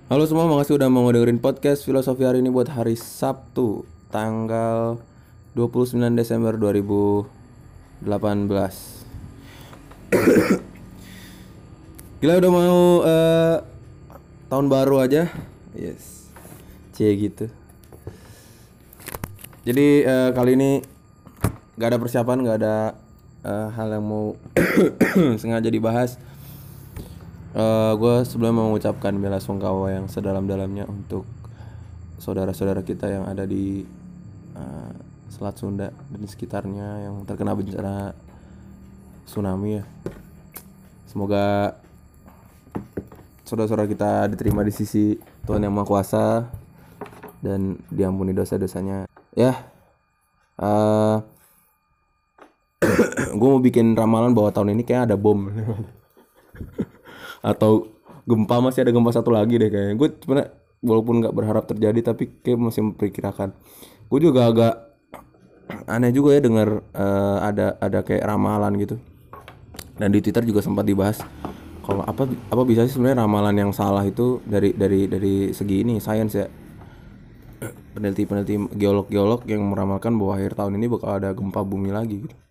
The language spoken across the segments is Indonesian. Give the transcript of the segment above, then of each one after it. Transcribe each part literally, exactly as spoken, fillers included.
Halo semua, makasih udah mau dengerin podcast Filosofi hari ini buat hari Sabtu, tanggal dua puluh sembilan Desember dua ribu delapan belas. Gila udah mau eh, tahun baru aja. Yes. Cie gitu. Jadi eh, kali ini gak ada persiapan, gak ada eh, hal yang mau sengaja dibahas. Uh, gue sebelumnya mau mengucapkan bela sungkawa yang sedalam-dalamnya untuk saudara-saudara kita yang ada di uh, Selat Sunda dan sekitarnya yang terkena bencana tsunami ya. Semoga saudara-saudara kita diterima di sisi Tuhan Yang Maha Kuasa dan diampuni dosa-dosanya. Ya, uh, gue mau bikin ramalan bahwa tahun ini kayak ada bom. Atau gempa, masih ada gempa satu lagi deh kayaknya. Gue sebenarnya walaupun nggak berharap terjadi tapi kayak masih memperkirakan. Gue juga agak aneh juga ya dengar uh, ada ada kayak ramalan gitu. Dan di Twitter juga sempat dibahas kalau apa apa bisa sih sebenarnya ramalan yang salah itu dari dari dari segi ini sains ya. Peneliti-peneliti geolog-geolog yang meramalkan bahwa akhir tahun ini bakal ada gempa bumi lagi gitu.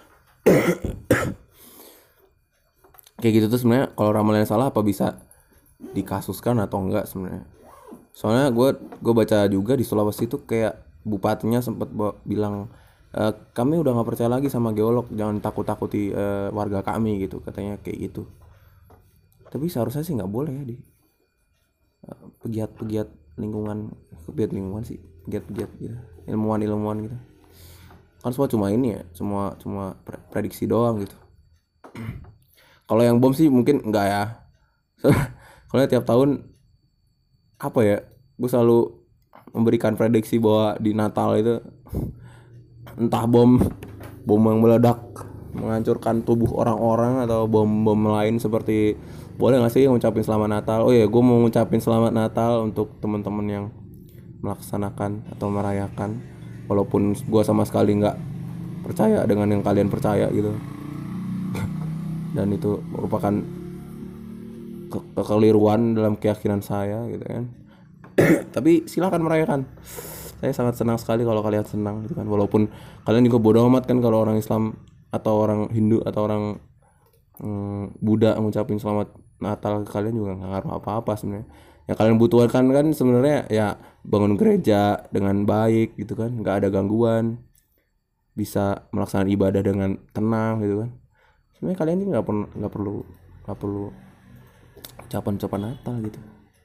Kayak gitu tuh sebenarnya kalau ramalannya salah apa bisa dikasuskan atau enggak sebenarnya. Soalnya gue gue baca juga di Sulawesi itu kayak bupatinya sempat bilang e, kami udah nggak percaya lagi sama geolog, jangan takut-takuti e, warga kami gitu, katanya kayak gitu. Tapi seharusnya sih nggak boleh ya di e, pegiat-pegiat lingkungan, pegiat lingkungan sih, pegiat-pegiat gitu, ilmuwan-ilmuwan gitu. Kan semua cuma ini ya, semua cuma prediksi doang gitu. Kalau yang bom sih mungkin enggak ya. Kalau tiap tahun apa ya, gue selalu memberikan prediksi bahwa di Natal itu entah bom bom yang meledak menghancurkan tubuh orang-orang atau bom-bom lain seperti, boleh nggak sih ngucapin selamat Natal? Oh ya, gue mau ngucapin selamat Natal untuk teman-teman yang melaksanakan atau merayakan, walaupun gue sama sekali nggak percaya dengan yang kalian percaya gitu. Dan itu merupakan ke- kekeliruan dalam keyakinan saya gitu kan. Tapi silakan merayakan. Saya sangat senang sekali kalau kalian senang gitu kan. Walaupun kalian juga bodoh amat kan kalau orang Islam atau orang Hindu atau orang hmm, Buddha ngucapin selamat Natal ke kalian juga nggak ngaruh apa-apa sebenarnya. Yang kalian butuhkan kan sebenarnya ya bangun gereja dengan baik gitu kan, nggak ada gangguan, bisa melaksanakan ibadah dengan tenang gitu kan. Sebenarnya kalian ini nggak perlu nggak perlu nggak perlu ucapan-ucapan Natal gitu.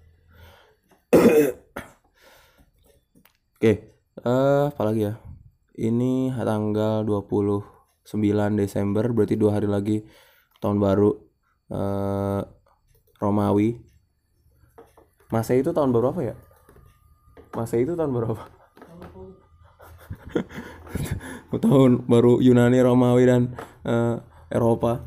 Oke, uh, apalagi ya? Ini tanggal dua puluh sembilan Desember, berarti dua hari lagi tahun baru uh, Romawi. Masehi itu tahun baru apa ya? Masehi itu tahun baru apa? Tahun baru Yunani, Romawi dan uh, Eropa.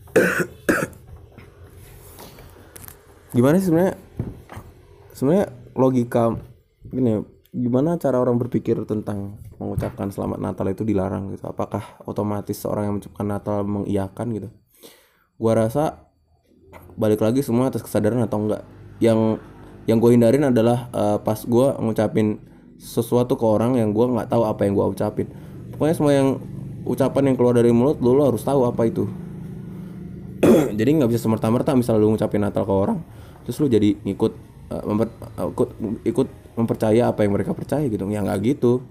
Gimana sih sebenarnya? Sebenarnya logika gini, gimana cara orang berpikir tentang mengucapkan selamat Natal itu dilarang gitu? Apakah otomatis seorang yang mengucapkan Natal mengiyakan gitu? Gua rasa balik lagi semua atas kesadaran atau enggak. Yang yang gue hindarin adalah uh, pas gue ngucapin sesuatu ke orang yang gue nggak tahu apa yang gue ucapin. Pokoknya semua yang ucapan yang keluar dari mulut lu, lu harus tahu apa itu. Jadi nggak bisa semerta-merta misal lu ngucapin Natal ke orang terus lu jadi ngikut uh, memper, uh, ikut, ikut mempercaya apa yang mereka percaya gitu. Ya nggak gitu.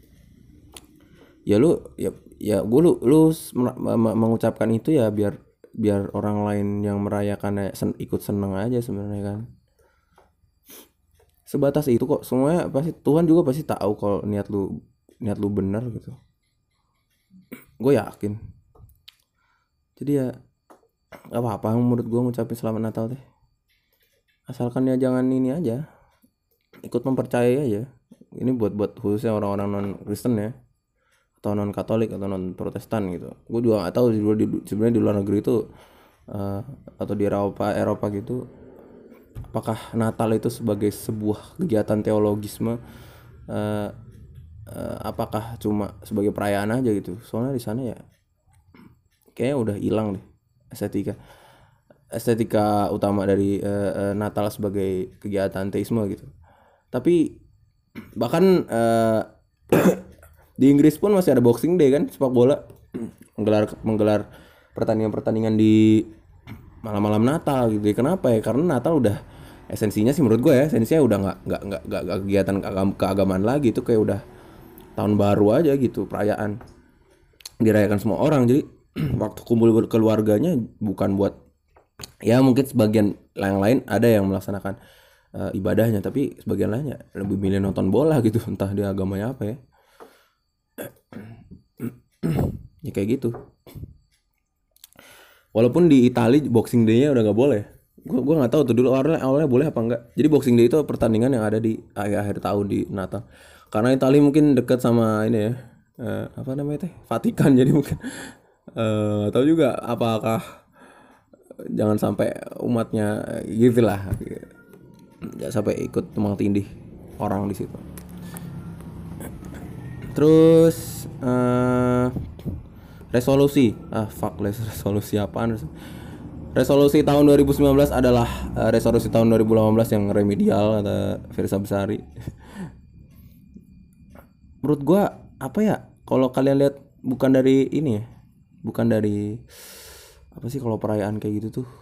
Ya lu ya ya gue lu, lu mengucapkan itu ya biar biar orang lain yang merayakannya sen, ikut seneng aja sebenarnya kan. Sebatas itu kok, semuanya pasti Tuhan juga pasti tahu kalau niat lu niat lu benar gitu. Gue yakin. Jadi ya gak apa-apa menurut gue ngucapin selamat Natal teh. Asalkan ya jangan ini aja, ikut mempercayai aja. Ini buat buat khususnya orang-orang non Kristen ya, atau non Katolik atau non Protestan gitu. Gue juga nggak tahu di, di, sebenarnya di luar negeri itu uh, atau di Eropa Eropa gitu, apakah Natal itu sebagai sebuah kegiatan teologisme, uh, uh, apakah cuma sebagai perayaan aja gitu. Soalnya di sana ya kayaknya udah hilang deh estetika. estetika utama dari uh, uh, Natal sebagai kegiatan teisme gitu. Tapi bahkan uh, di Inggris pun masih ada Boxing Day kan, sepak bola menggelar menggelar pertandingan-pertandingan di malam-malam Natal gitu. Kenapa ya? Karena Natal udah esensinya sih menurut gue ya, esensinya udah nggak nggak nggak nggak kegiatan keagam- keagamaan lagi, itu kayak udah tahun baru aja gitu, perayaan dirayakan semua orang. Jadi waktu kumpul keluarganya bukan buat, ya mungkin sebagian yang lain ada yang melaksanakan uh, ibadahnya, tapi sebagian lainnya lebih milih nonton bola gitu, entah dia agamanya apa ya. Ya kayak gitu. Walaupun di Italia Boxing Day-nya udah nggak boleh. Gue gue nggak tahu tuh dulu awalnya awalnya boleh apa enggak. Jadi Boxing Day itu pertandingan yang ada di akhir-akhir tahun di Natal. Karena Italia mungkin dekat sama ini ya, eh, apa namanya teh, Vatikan, jadi mungkin eh tahu juga apakah jangan sampai umatnya gitu lah, nggak sampai ikut tumpang tindih orang di situ. Terus eh resolusi, ah fuck les resolusi apaan? Resolusi tahun dua ribu sembilan belas adalah uh, resolusi tahun dua ribu delapan belas yang remedial, kata Firsa Besari. Menurut gua apa ya? Kalau kalian lihat, bukan dari ini ya, bukan dari apa sih kalau perayaan kayak gitu tuh,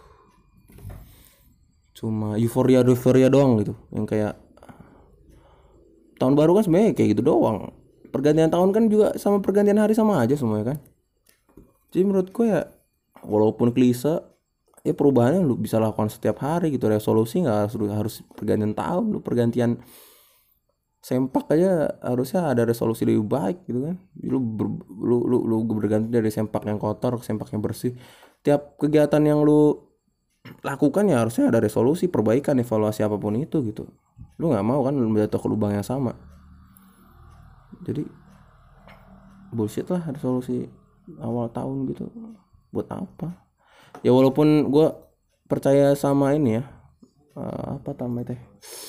cuma euforia euforia doang gitu, yang kayak tahun baru kan sebenarnya kayak gitu doang. Pergantian tahun kan juga sama pergantian hari sama aja semuanya kan. Jadi menurut gue ya, walaupun klise, ya perubahannya lu bisa lakukan setiap hari gitu. Resolusi nggak harus harus pergantian tahun, lu pergantian sempak aja harusnya ada resolusi lebih baik gitu kan. Lu ber, lu, lu lu berganti dari sempak yang kotor ke sempak yang bersih. Tiap kegiatan yang lu lakukan ya harusnya ada resolusi, perbaikan, evaluasi apapun itu gitu. Lu nggak mau kan jatuh ke lubang yang sama. Jadi bullshit lah resolusi awal tahun gitu, buat apa? Ya walaupun gue percaya sama ini ya, uh, apa namanya teh,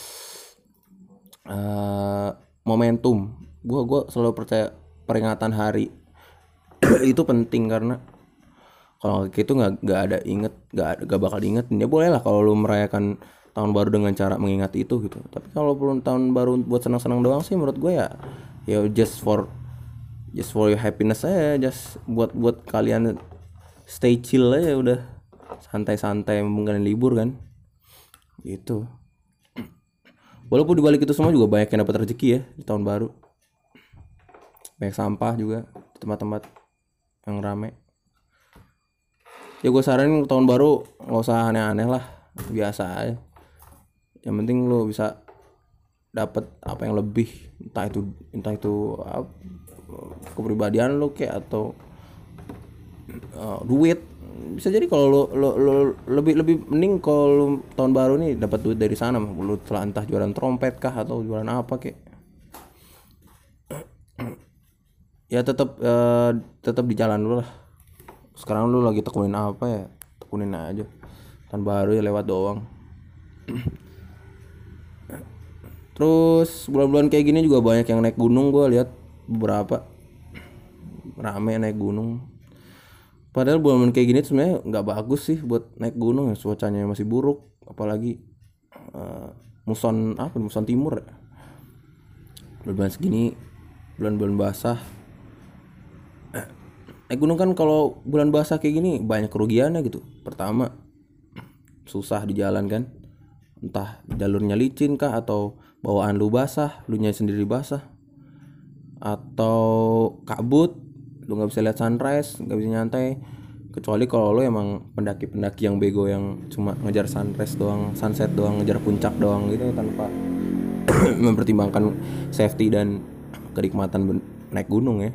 uh, momentum. Gue gue selalu percaya peringatan hari itu penting, karena kalau gitu nggak nggak ada inget, nggak nggak bakal diinget. Ya boleh lah kalau lu merayakan tahun baru dengan cara mengingat itu gitu. Tapi kalau belum tahun baru buat senang-senang doang sih, menurut gue ya ya just for just for your happiness aja, just buat buat kalian stay chill aja udah, santai-santai mengenai libur kan gitu. Walaupun dibalik itu semua juga banyak yang dapat rezeki ya di tahun baru, banyak sampah juga di tempat-tempat yang rame. Ya gue saranin tahun baru nggak usah aneh-aneh lah, biasa aja. Yang penting lo bisa dapat apa yang lebih, entah itu entah itu apa, kepribadian lo kayak, atau uh, duit. Bisa jadi kalau lo, lo, lo lebih lebih mending kalau lo tahun baru nih dapat duit dari sana, lo telah entah jualan trompet kah atau jualan apa kayak, ya tetap uh, tetap di jalan dulu lah. Sekarang lo lagi tekunin apa ya, tekunin aja. Tahun baru ya lewat doang. Terus bulan-bulan kayak gini juga banyak yang naik gunung, gue lihat beberapa rame naik gunung. Padahal bulan-bulan kayak gini sebenarnya nggak bagus sih buat naik gunung ya, cuacanya masih buruk, apalagi uh, muson apa muson timur ya. Bulan-bulan segini bulan-bulan basah. Naik gunung kan kalau bulan basah kayak gini banyak kerugiannya gitu. Pertama, susah di jalan kan, entah jalurnya licin kah, atau bawaan lu basah, lu nya sendiri basah, atau kabut, lu nggak bisa lihat sunrise, nggak bisa nyantai. Kecuali kalau lu emang pendaki-pendaki yang bego yang cuma ngejar sunrise doang, sunset doang, ngejar puncak doang gitu tanpa mempertimbangkan safety dan kenikmatan ben- naik gunung ya.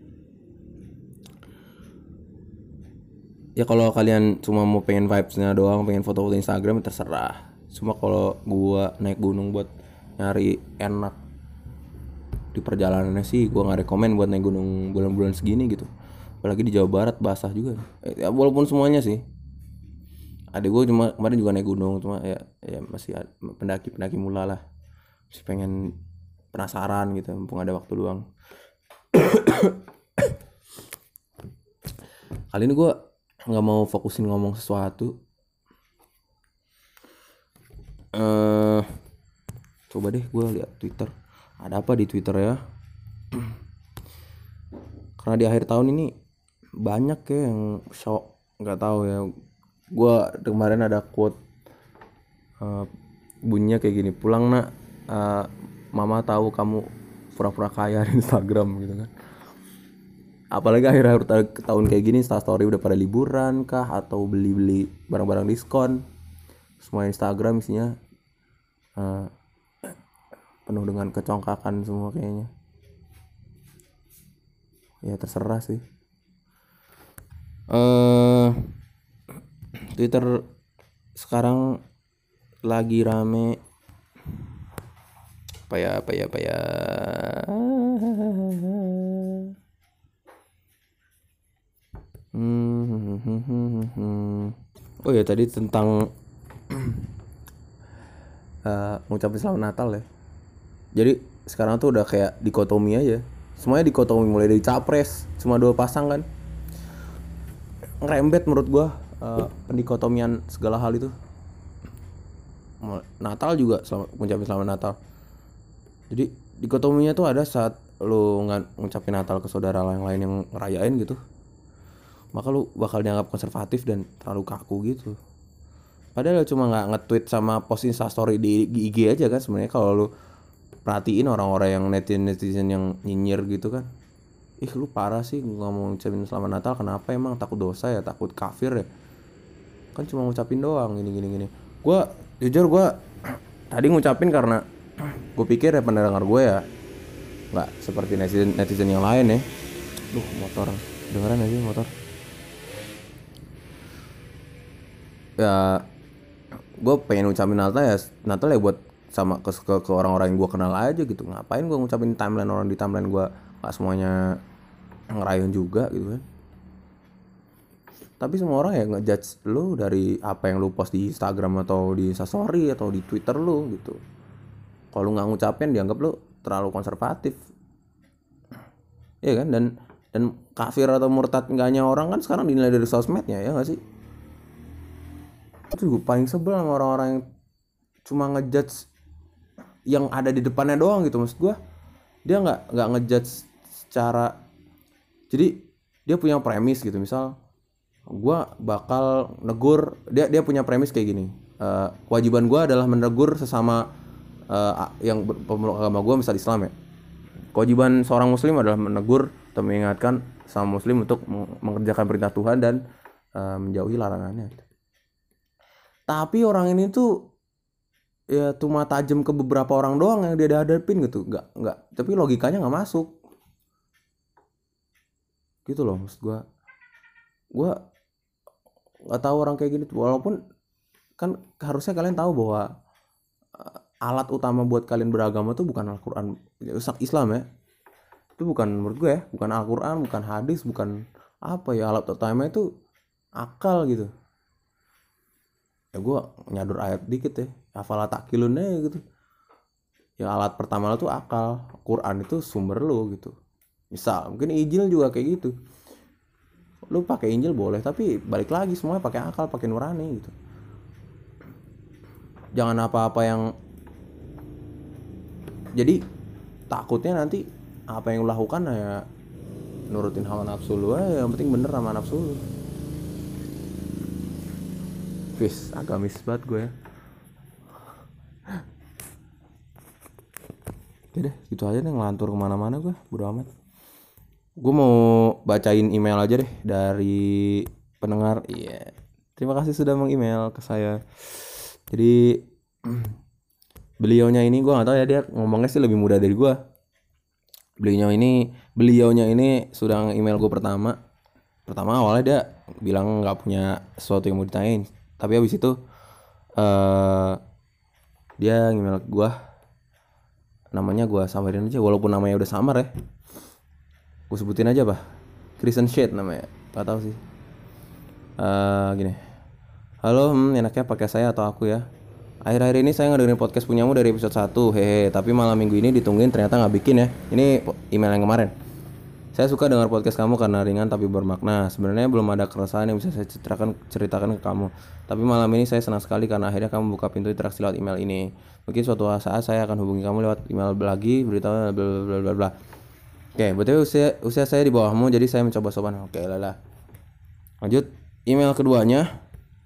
Ya kalau kalian cuma mau pengen vibesnya doang, pengen foto-foto Instagram, terserah. Cuma kalau gua naik gunung buat nyari enak di perjalanannya sih, gua nggak rekomen buat naik gunung bulan-bulan segini gitu. Apalagi di Jawa Barat basah juga. Eh, ya walaupun semuanya sih. Adik gua cuma kemarin juga naik gunung, cuma ya ya masih pendaki-pendaki mula lah. Masih pengen penasaran gitu, mumpung ada waktu luang. Kali ini gua nggak mau fokusin ngomong sesuatu, eh coba deh gue lihat Twitter. Ada apa di Twitter ya? Karena di akhir tahun ini banyak ya yang shock, nggak tahu ya. Gue kemarin ada quote uh, bunyinya kayak gini, pulang nak, uh, mama tahu kamu pura-pura kaya di Instagram gitu kan. Apalagi akhir-akhir tahun kayak gini, Instastory udah pada liburan kah atau beli-beli barang-barang diskon. Semua Instagram isinya uh, penuh dengan kecongkakan semua kayaknya. Ya terserah sih. Uh, Twitter sekarang lagi rame apa ya apa ya apa ya hmm. Oh ya tadi tentang uh, ngucapin selamat Natal ya. Jadi sekarang tuh udah kayak dikotomi aja. Semuanya dikotomi, mulai dari capres cuma dua pasang kan. Ngerembet menurut gua uh, pendikotomian segala hal itu. Natal juga selamat, ngucapin selamat Natal. Jadi dikotominya tuh ada saat lu nggak ngucapin Natal ke saudara yang lain yang ngerayain gitu, maka lu bakal dianggap konservatif dan terlalu kaku gitu. Padahal cuma nggak nge-tweet sama post Instastory di, di I G aja kan sebenarnya. Kalau lu perhatiin orang-orang yang netizen-netizen yang nyinyir gitu kan, ih lu parah sih ngomong ngucapin selamat Natal, kenapa emang takut dosa ya, takut kafir ya, kan cuma ngucapin doang gini gini gini. Gue jujur gue tadi ngucapin karena gue pikir ya pendengar gue ya nggak seperti netizen netizen yang lain ya. Duh motor, dengeran aja motor. Ya gue pengen ngucapin Natal ya Natal ya buat sama ke, ke, ke orang-orang yang gue kenal aja gitu. Ngapain gue ngucapin timeline orang di timeline gue, gak semuanya ngerayain juga gitu kan. Tapi semua orang ya ngejudge lu dari apa yang lu post di Instagram atau di Instastory atau di Twitter lu gitu. Kalau lu nggak ngucapin dianggap lu terlalu konservatif, ya kan. Dan dan kafir atau murtad enggaknya orang kan sekarang dinilai dari sosmednya, ya nggak sih. Itu gue paling sebel sama orang-orang yang cuma ngejudge yang ada di depannya doang gitu. Maksud gue dia nggak nggak ngejudge secara, jadi dia punya premis gitu. Misal gue bakal negur dia, dia punya premis kayak gini, uh, kewajiban gue adalah menegur sesama uh, yang pemeluk agama gue, misal Islam ya. Kewajiban seorang muslim adalah menegur atau mengingatkan sama muslim untuk mengerjakan perintah Tuhan dan uh, menjauhi larangannya. Tapi orang ini tuh ya cuma tajam ke beberapa orang doang yang dia hadapin gitu, nggak nggak tapi logikanya nggak masuk gitu loh. Maksud gue gue nggak tahu orang kayak gini tuh. Walaupun kan harusnya kalian tahu bahwa uh, alat utama buat kalian beragama tuh bukan Al-Quran Islam ya. Itu bukan, menurut gue ya, bukan Al-Quran, bukan hadis, bukan apa ya, alat utama itu akal gitu. Ya gue nyadur ayat dikit ya, hafala takilunnya gitu. Ya alat pertama lo tuh akal, Quran itu sumber lo gitu. Misal mungkin Injil juga kayak gitu. Lu pakai Injil boleh, tapi balik lagi semuanya pakai akal, pakai nurani gitu. Jangan apa-apa yang jadi takutnya nanti apa yang lu lakukan ya nurutin hawa nafsu lu aja, yang penting bener sama nafsu lu. Wis, agamis banget gue ya. Oke deh, gitu aja deh, ngelantur kemana-mana gue, bodo amat. Gue mau bacain email aja deh dari pendengar. Iya, yeah. Terima kasih sudah meng-email ke saya. Jadi beliaunya ini gue nggak tahu ya, dia ngomongnya sih lebih muda dari gue. Beliaunya ini, beliaunya ini sudah email gue pertama. Pertama awalnya dia bilang nggak punya sesuatu yang mau ditanyain. Tapi habis itu uh, dia email gue. Namanya gue samarin aja, walaupun namanya udah samar ya. Gue sebutin aja bah, Christian Shade namanya, gak tahu sih. Uh, gini, halo, hmm, enaknya pakai saya atau aku ya. Akhir-akhir ini saya ngedengerin podcast punyamu dari episode satu, hehe. Tapi malam minggu ini ditungguin ternyata nggak bikin ya. Ini email yang kemarin. Saya suka dengar podcast kamu karena ringan tapi bermakna. Sebenarnya belum ada keresahan yang bisa saya ceritakan ceritakan ke kamu. Tapi malam ini saya senang sekali karena akhirnya kamu buka pintu interaksi lewat email ini. Mungkin suatu saat saya akan hubungi kamu lewat email lagi, beritahu bla bla bla bla bla. Oke, betul usia usia saya di bawahmu jadi saya mencoba sopan. Oke, lah. Lanjut, email keduanya.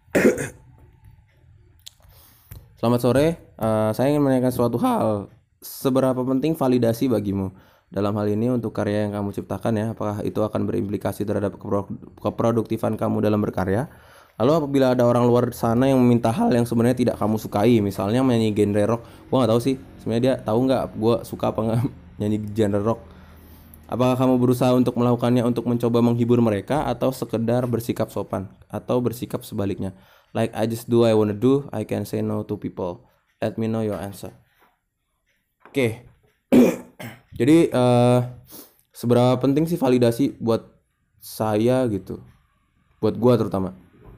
Selamat sore, uh, saya ingin menanyakan suatu hal. Seberapa penting validasi bagimu? Dalam hal ini untuk karya yang kamu ciptakan ya, apakah itu akan berimplikasi terhadap keproduktifan kamu dalam berkarya? Lalu apabila ada orang luar sana yang meminta hal yang sebenarnya tidak kamu sukai, misalnya menyanyi genre rock, gua nggak tahu sih, sebenarnya dia tahu nggak gua suka apa nggak nyanyi genre rock. Apakah kamu berusaha untuk melakukannya untuk mencoba menghibur mereka atau sekedar bersikap sopan atau bersikap sebaliknya? Like I just do I wanna do, I can say no to people. Let me know your answer. Oke. Okay. Jadi uh, seberapa penting sih validasi buat saya gitu, buat gua terutama.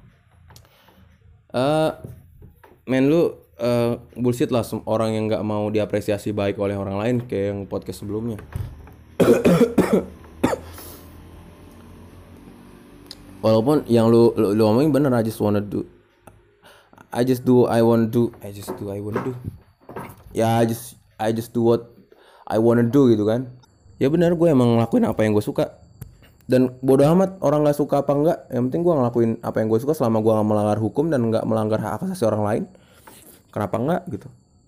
Uh, men lu uh, bullshit lah orang yang nggak mau diapresiasi baik oleh orang lain kayak yang podcast sebelumnya. Walaupun yang lu lu, lu ngomongin bener, I just wanna do, I just do I wanna do, I just do I wanna do. Ya I just I just do what I wanna do gitu kan. Ya benar, gue emang ngelakuin apa yang gue suka. Dan bodo amat orang gak suka apa enggak. Yang penting gue ngelakuin apa yang gue suka selama gue gak melanggar hukum dan gak melanggar hak asasi orang lain. Kenapa enggak gitu.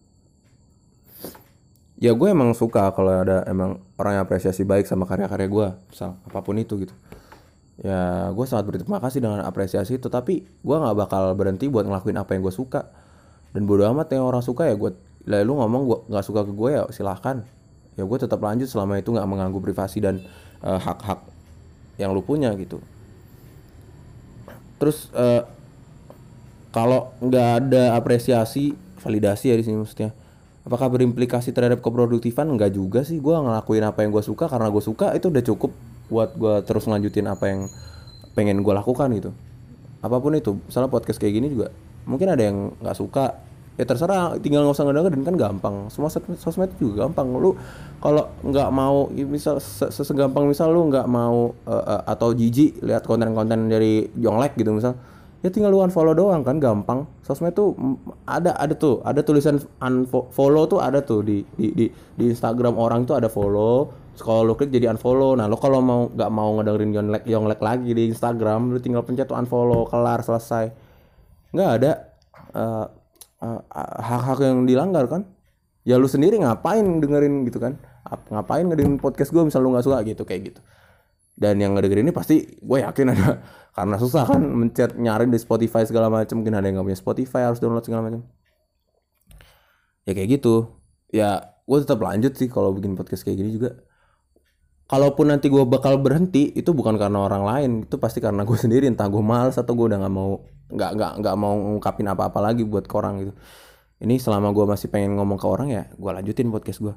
Ya gue emang suka kalau ada emang orang yang apresiasi baik sama karya-karya gue, misal apapun itu gitu. Ya gue sangat berterima kasih dengan apresiasi itu. Tapi gue gak bakal berhenti buat ngelakuin apa yang gue suka. Dan bodo amat yang orang suka ya gue. Lalu ngomong gue gak suka ke gue ya silahkan. Ya gue tetap lanjut selama itu nggak mengganggu privasi dan uh, hak-hak yang lu punya gitu. Terus uh, kalau nggak ada apresiasi, validasi ya di sini maksudnya, apakah berimplikasi terhadap keproduktifan? Enggak juga sih. Gue ngelakuin apa yang gue suka karena gue suka, itu udah cukup buat gue terus ngelanjutin apa yang pengen gue lakukan gitu. Apapun itu, misalnya podcast kayak gini juga mungkin ada yang nggak suka. Ya terserah, tinggal nggak usah ngedengerin kan gampang. Semua sosmed juga gampang. Lu kalau nggak mau, misal segampang misal lu nggak mau uh, uh, atau jijik lihat konten-konten dari Yonglek gitu misal, ya tinggal lu unfollow doang kan gampang. Sosmed tuh ada ada tuh ada tulisan unfollow tuh ada tuh di di di, di Instagram orang tuh ada follow. Kalau lu klik jadi unfollow. Nah lu kalau mau nggak mau ngedengerin Yonglek Yonglek lagi di Instagram, lu tinggal pencet tuh unfollow, kelar, selesai. Nggak ada uh, Uh, hak-hak yang dilanggar kan. Ya lu sendiri ngapain dengerin gitu kan, ngapain ngedengerin podcast gue misal lu gak suka gitu kayak gitu. Dan yang ngedengerin ini pasti gue yakin ada, karena susah kan mencet nyari di Spotify segala macam. Mungkin ada yang gak punya Spotify harus download segala macam. Ya kayak gitu. Ya gue tetap lanjut sih kalau bikin podcast kayak gini juga. Kalaupun nanti gue bakal berhenti, itu bukan karena orang lain, itu pasti karena gue sendiri. Entah gue malas atau gue udah nggak mau nggak nggak nggak mau ngungkapin apa-apa lagi buat ke orang gitu. Ini selama gue masih pengen ngomong ke orang ya gue lanjutin podcast gue.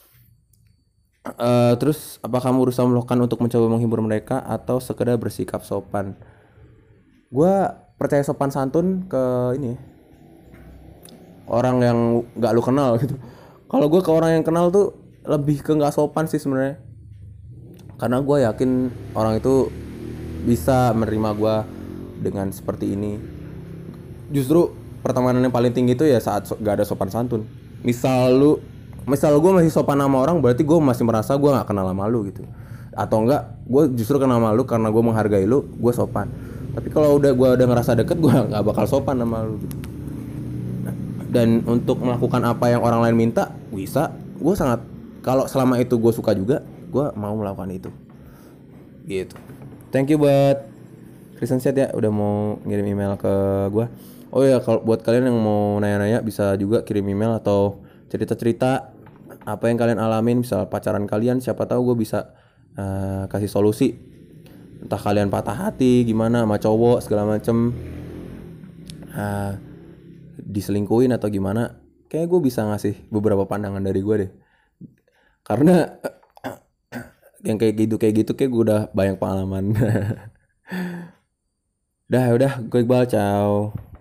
Uh, terus apa kamu berusaha melakukan untuk mencoba menghibur mereka atau sekedar bersikap sopan? Gue percaya sopan santun ke ini ya, orang yang nggak lu kenal gitu. Kalau gue ke orang yang kenal tuh lebih ke nggak sopan sih sebenarnya. Karena gue yakin orang itu bisa menerima gue dengan seperti ini. Justru pertemanan yang paling tinggi itu ya saat so, gak ada sopan santun. Misal lu, misal gue masih sopan sama orang, berarti gue masih merasa gue gak kenal sama lu gitu. Atau enggak, gue justru kenal sama lu karena gue menghargai lu, gue sopan. Tapi kalau udah gue udah ngerasa deket, gue gak bakal sopan sama lu gitu. Dan untuk melakukan apa yang orang lain minta, bisa. Gue sangat, kalau selama itu gue suka juga, gue mau melakukan itu gitu. Thank you buat Kristen Chat ya udah mau ngirim email ke gue. Oh ya, kalau buat kalian yang mau nanya-nanya bisa juga kirim email atau cerita-cerita apa yang kalian alamin, misal pacaran kalian, siapa tahu gue bisa uh, kasih solusi. Entah kalian patah hati gimana sama cowok segala macem, uh, diselingkuhin atau gimana, kayak gue bisa ngasih beberapa pandangan dari gue deh. Karena yang kayak gitu kayak gitu kayak gue udah banyak pengalaman. Dah udah gue Iqbal, ciao.